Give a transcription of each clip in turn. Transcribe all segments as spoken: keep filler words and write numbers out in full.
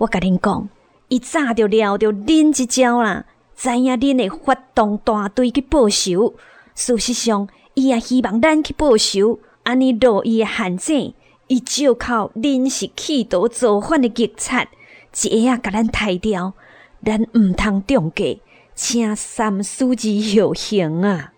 我甲恁讲，伊早就料着恁即招啦，知影恁会发动大队去报仇。事实上，伊也希望咱去报仇，安尼落伊的陷阱，伊就靠恁是企图造反的警察，一下甲咱抬掉，咱毋通中计，请三思而后行啊！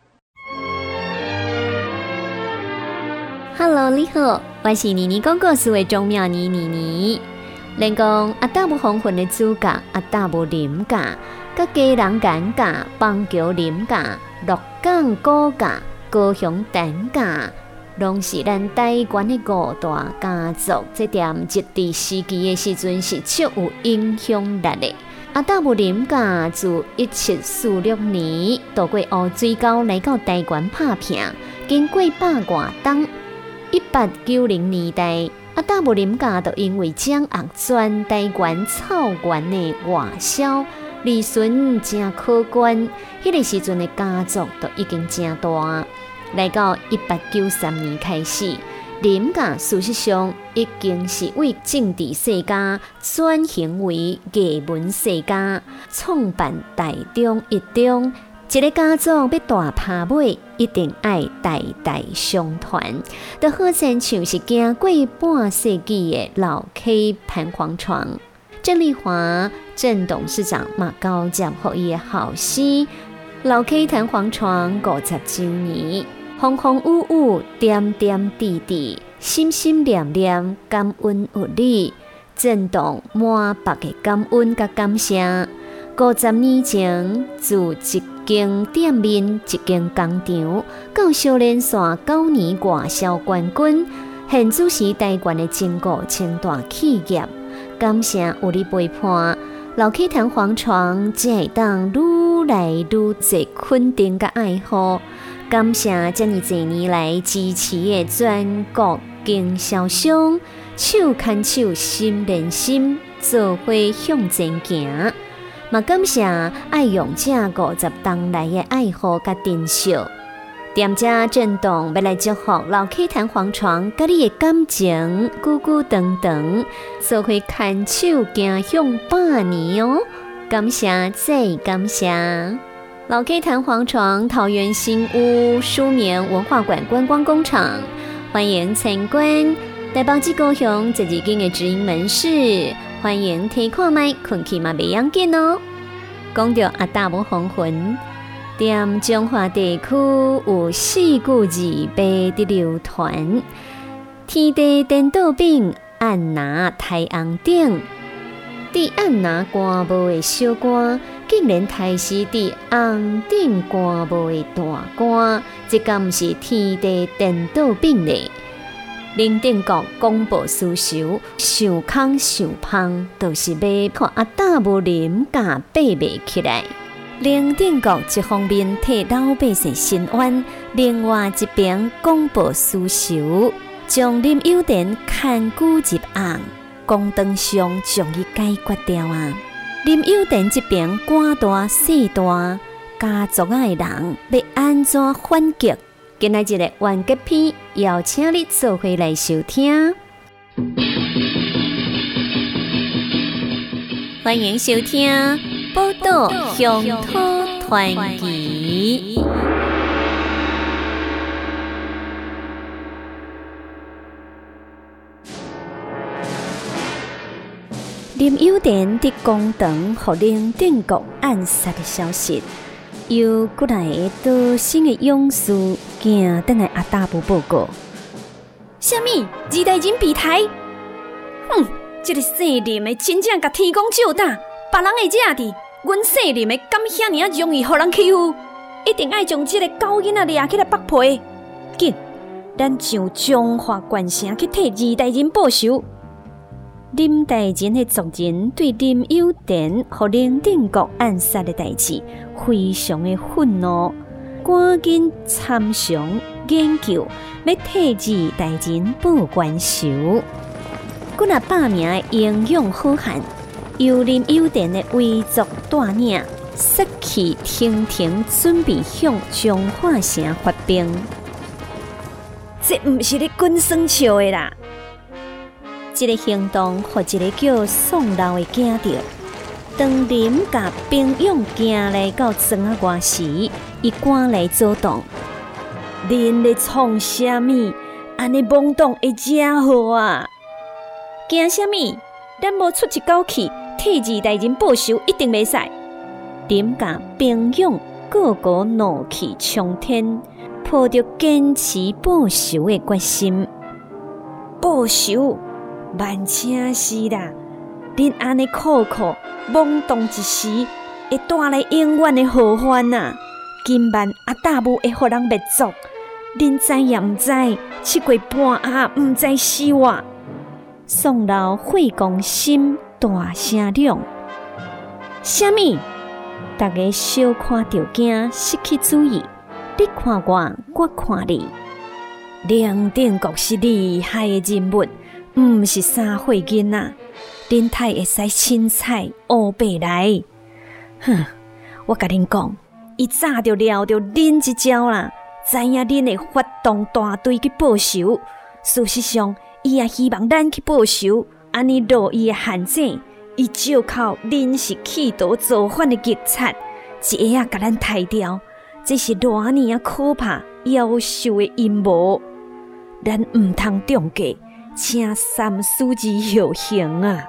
Hello， 你好，我是妮妮讲故事的钟妙妮妮妮。连讲阿大无黄昏的主角阿大无林家，甲家人尴尬，邦桥林家，鹿港古家，高雄丹家，拢是咱台湾的五大家族。这点一地时期的时阵是超有影响力的。阿大无林家自一七四六年渡过乌水沟来到台湾拍拼，经过百外冬。一八九零年代，阿大无林家就因为掌握全台湾草原的外销，利润真可观。迄、那个时阵的家族都已经真大。来到一八九三年开始，林家事实上已经是为政治世家转型为艺文世家，创办台中一中。一个家族要大拍尾，一定爱代代相传，就好像像是行过半世纪的老 K 弹簧床。郑丽华郑董事长嘛交接予伊的后事，老 K 弹簧床五十周年，风风雨雨，点点滴滴，心心念念，感恩有你。郑董满腹的感恩甲感谢。五十年前，自一间店面、一间工厂，到少年线九年外销冠军，现主是台湾的前五千大企业。感谢有你陪伴，老 K 弹簧床才会当愈来愈多肯定甲爱护。感谢这么多年来支持的全国经销商，手牵手，心连心，做伙向前行。嘛感谢爱用者五十当来的爱护甲珍惜，店家震动要来祝福老 K 弹簧床甲你的感情久久长长，做伙牵手行向百年哦！感谢再感谢老 K 弹簧床桃园新屋舒眠文化馆观光工厂，欢迎参观。台北至高雄十二间的直营门市。欢迎提看卖，困去嘛袂要紧哦。讲到阿大无黄昏，踮中华地区有四句字被的流传：天地颠倒饼，按拿太阳顶。伫按拿歌舞的小歌，竟然台是伫红顶歌舞的大歌，这敢毋是天地颠倒饼呢？林定国公报私仇，想空想芳，就是要看阿大无林家爬袂起来。林定国一方面替老百姓伸冤，另外一边公报私仇，将林有田牵举入案，公堂上将伊解决掉啊！林有田这边官大势大，家族的人要安怎反击？今仔日的完结篇，邀请你做伙来收听。欢迎收听《宝岛乡土传奇》。林有田伫公堂互林定国暗杀的消息。又过来到新的勇士，行倒来阿大无报告。什么？二代人被抬？哼！这个姓林的真正甲天公照打，别人的惹的，阮姓林的敢遐尔啊容易互人欺负？一定爱将这个狗囡仔抓起来剥皮！紧，咱上中华县城去替二代人报仇。林大人的族人对林有田和林定国暗杀的代志非常的愤怒，赶紧参详研究，要替二代人报冤仇。佮那百名的英勇好汉，由林有田的维族带领，杀气腾腾，准备向彰化城发兵。这毋是咧滚耍笑的啦！一这个行动，互一个叫宋老的惊到。当林甲兵勇行来到庄仔外时，伊赶来阻挡。恁咧创啥物？安尼懵懂的家伙啊！惊啥物？咱无出一口气，替二代人报仇一定袂使。林甲兵勇个个怒气冲天，抱着坚持报仇的决心。报仇，万请是啦！恁安尼酷酷懵懂一时，会带来永远的祸患呐！今晚阿大母会互人灭族，恁知也毋知，七过半暗毋知死活。宋老血攻心大声亮，啥物？大家小看着惊，失去注意。你看我，我看你。梁定国是厉害的人物，毋是三岁囡仔。恁太会使凊彩乌白来，哼！我甲恁讲，伊早就料着恁一招啦，知影恁会发动大队去报仇。事实上，伊也希望咱去报仇，安尼落伊的陷阱。伊借口恁是企图造反的警察，一下仔甲咱杀掉，这是偌尼啊可怕、夭寿的阴谋。咱毋通中计，请三思而后行啊！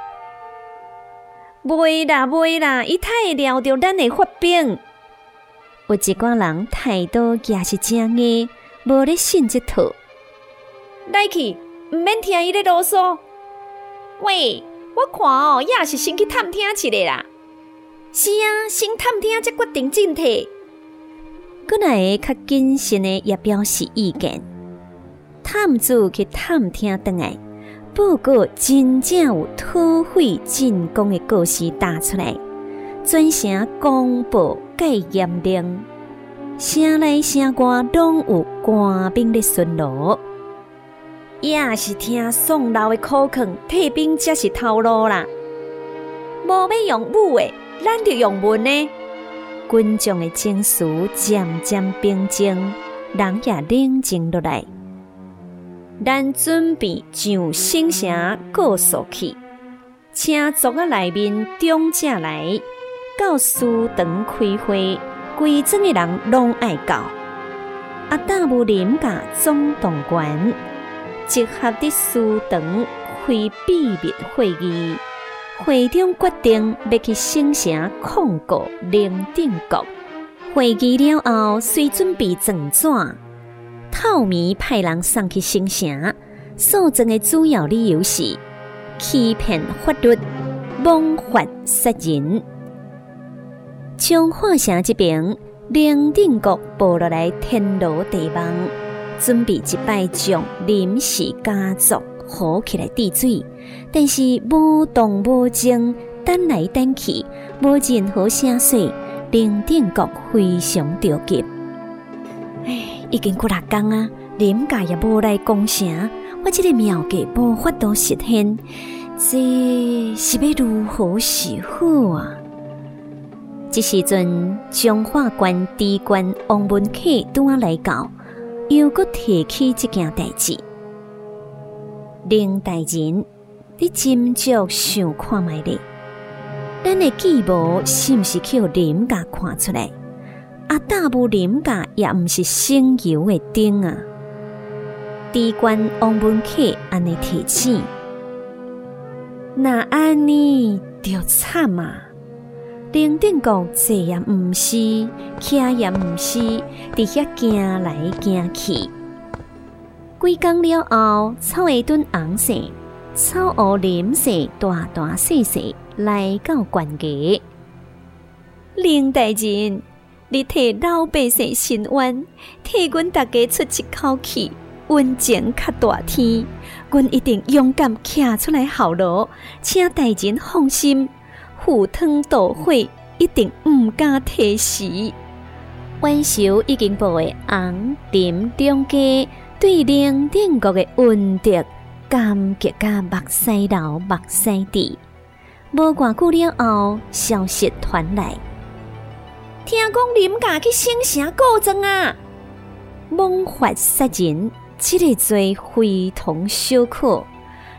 袂啦袂啦，伊太会料着咱会发兵。有一寡人态度也是正硬，无咧信这套。来去，毋免听伊咧啰嗦。喂，我看哦，也是先去探听一下啦。是啊，先探听才决定进退。搁来较谨慎的也表示意见。探子去探听倒来。报告真正有土匪进攻的告示打出来，全城公布戒严令，城内城外拢有官兵咧巡逻。也是听宋老的口劝，退兵才是头路啦。无要用武的，咱就用文的。群众的情绪渐渐平静，人也冷静落来。咱准备上省城告诉去，请族仔内面长者来，到书堂开会，规庄的人拢爱到。阿大武林甲总动员，集合伫书堂开秘密会议，会中决定要去省城控告林定国。会议了后，遂准备状纸。透明派人送去省城，诉状的主要理由是欺骗法律、枉法杀人。彰化城这边，林定国报落来天罗地网，准备一摆将林氏家族好起来治水，但是无动无静，等来等去，无任何声息，林定国非常着急。唉。已经过六天啊，林家也无来攻城，我这个妙计无法度实现，这是要如何是好啊？这时阵，彰化县知县王文克拄仔来到，又搁提起这件代志。林大人，你斟酌想看卖咧，咱的计谋是毋是去互林家看出来？阿大武林家也毋是省油的灯啊！知县王文克安尼提醒，那安尼就惨啊！林定国坐也毋是，徛也毋是，伫遐行来行去。几工了后，草下墩红色，草乌林色，大大细细来到县衙。林大人。你替老百姓伸冤，替阮大家出一口气，温情较大天，阮一定勇敢徛出来效劳，请大人放心，赴汤蹈火一定毋敢提示。冤仇已经报的红林两家对林定国的恩德感激甲目屎流目屎滴。无偌久了后，消息传来。听讲林家去省城告状啊！枉法杀人，这个罪非同小可。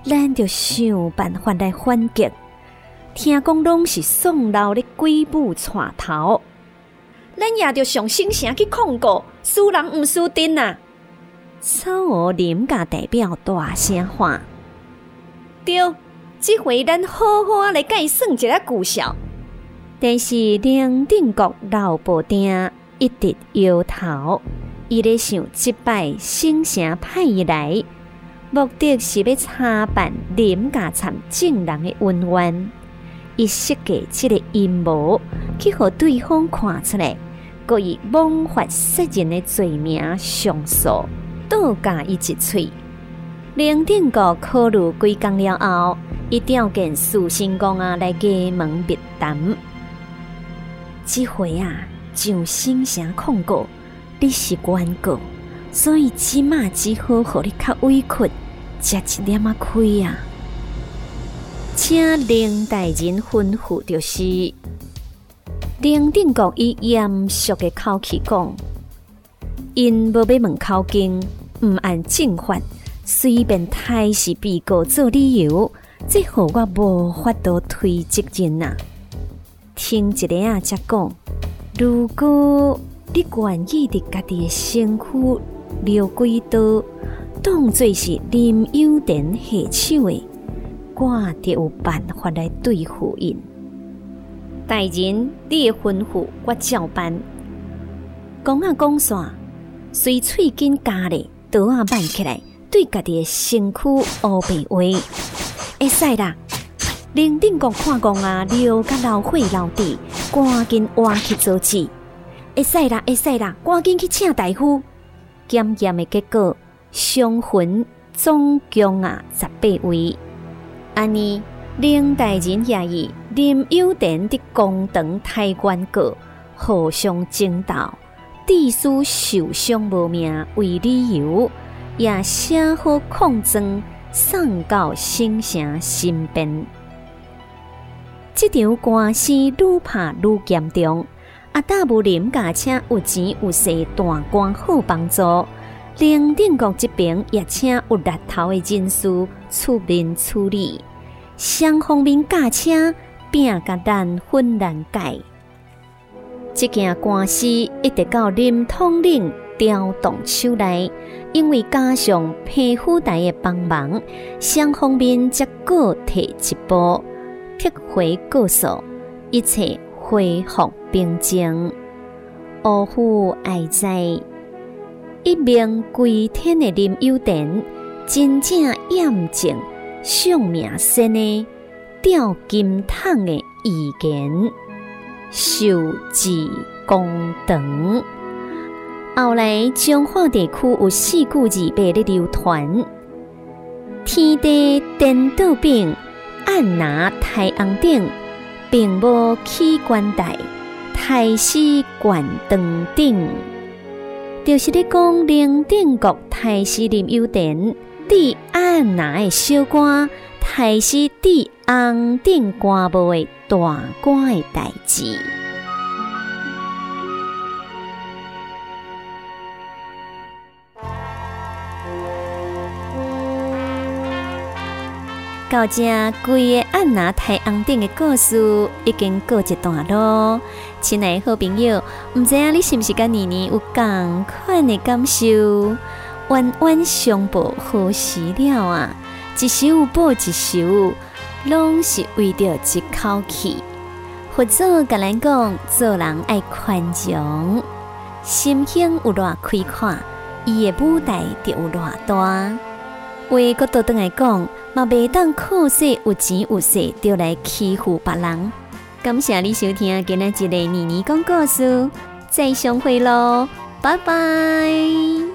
咱着想办法来反击。听讲拢是宋老咧鬼舞带头，咱也着上省城去控告，输人毋输阵啊！草湖林家代表大声喊：对，这回咱好好来甲伊算一个旧账。但是梁定国老布丁一直摇头，伊咧想即摆省城派伊来，目的是要查办林家参证人的恩怨。伊设计这个阴谋，去互对方看出来，故意妄发杀人的罪名上诉，倒加伊一喙。梁定国考虑几工了后，伊调见苏新公啊来加盟密谈。这回啊，上省城控告，你是原告，所以即马只好互你较委屈，食一点仔亏啊。请林大人吩咐就是，梁定国以严肃的口气讲：因无要问口径，毋按正法，随便抬是被告做理由，这互我无法度推责任啊。听一个啊，才讲，如果你愿意伫家己的身躯留几刀，当作是林有田下手的。我就有办法来对付因。大人，你的吩咐我照办。讲啊讲煞，随喙紧加咧，刀啊挽起来，对家己的身躯乌白话，会使啦。林定国看讲啊，撩甲老火老弟，赶紧换去做事。会使啦，会使啦，赶紧去请大夫。检验的结果，伤痕总共啊十八位。安尼，林大人也以林有田的公堂抬原告，互相争斗，致使受伤无命为理由，也写好控状送到省城身边。这场官司愈拍愈严重，阿大武林家请有钱有势大官好帮助。林定国这边也请有力头的人士出面处理，双方面驾车拼甲难分难解。这件官司一直到林统领调动手来，因为加上皮肤台的帮忙，双方面才各退一步，撤回告诉，一切恢复平静。乌虎爱在。一名归天的林有田，真正验证上命身的吊金桶的预言，受至公堂。后来彰化地区有四句字辈的流传：天地颠倒柄，按拿太阳顶，并无起冠带，太师冠堂顶。就是咧讲林定国太师林有田伫按拿的小官，太师伫红顶官帽的大官的代志。到这规个按拿太阳顶的故事已经告一段落。亲爱的好朋友，唔知影你是毋是甲妮妮有同款的感受？冤冤相报何时了啊？一手报一手，拢是为着一口气。佛祖甲咱讲，做人爱宽容，心胸有偌开阔，伊的舞台就有偌大。话搁倒转来讲，嘛袂当靠说有钱有势就来欺负别人。感谢你收听今日一个妮妮讲故事，再相会咯，拜拜。